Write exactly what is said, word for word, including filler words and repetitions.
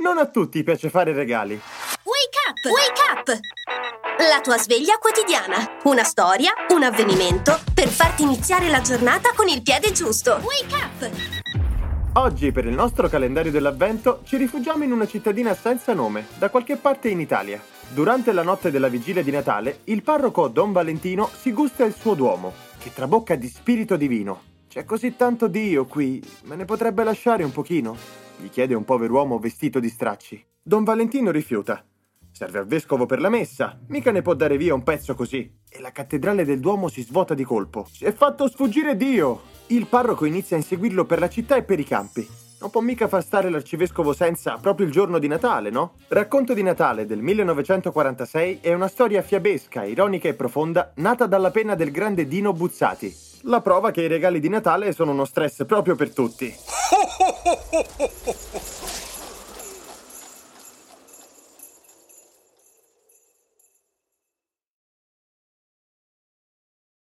Non a tutti piace fare regali. Wake up! Wake up! La tua sveglia quotidiana. Una storia, un avvenimento per farti iniziare la giornata con il piede giusto. Wake up! Oggi, per il nostro calendario dell'avvento, ci rifugiamo in una cittadina senza nome, da qualche parte in Italia. Durante la notte della vigilia di Natale, il parroco Don Valentino si gusta il suo duomo, che trabocca di spirito divino. C'è così tanto Dio qui, me ne potrebbe lasciare un pochino? Gli chiede un pover'uomo vestito di stracci. Don Valentino rifiuta. Serve al vescovo per la messa, mica ne può dare via un pezzo così. E la cattedrale del Duomo si svuota di colpo. Si è fatto sfuggire Dio! Il parroco inizia a inseguirlo per la città e per i campi. Non può mica far stare l'arcivescovo senza proprio il giorno di Natale, no? Racconto di Natale del millenovecentoquarantasei è una storia fiabesca, ironica e profonda, nata dalla penna del grande Dino Buzzati. La prova che i regali di Natale sono uno stress proprio per tutti.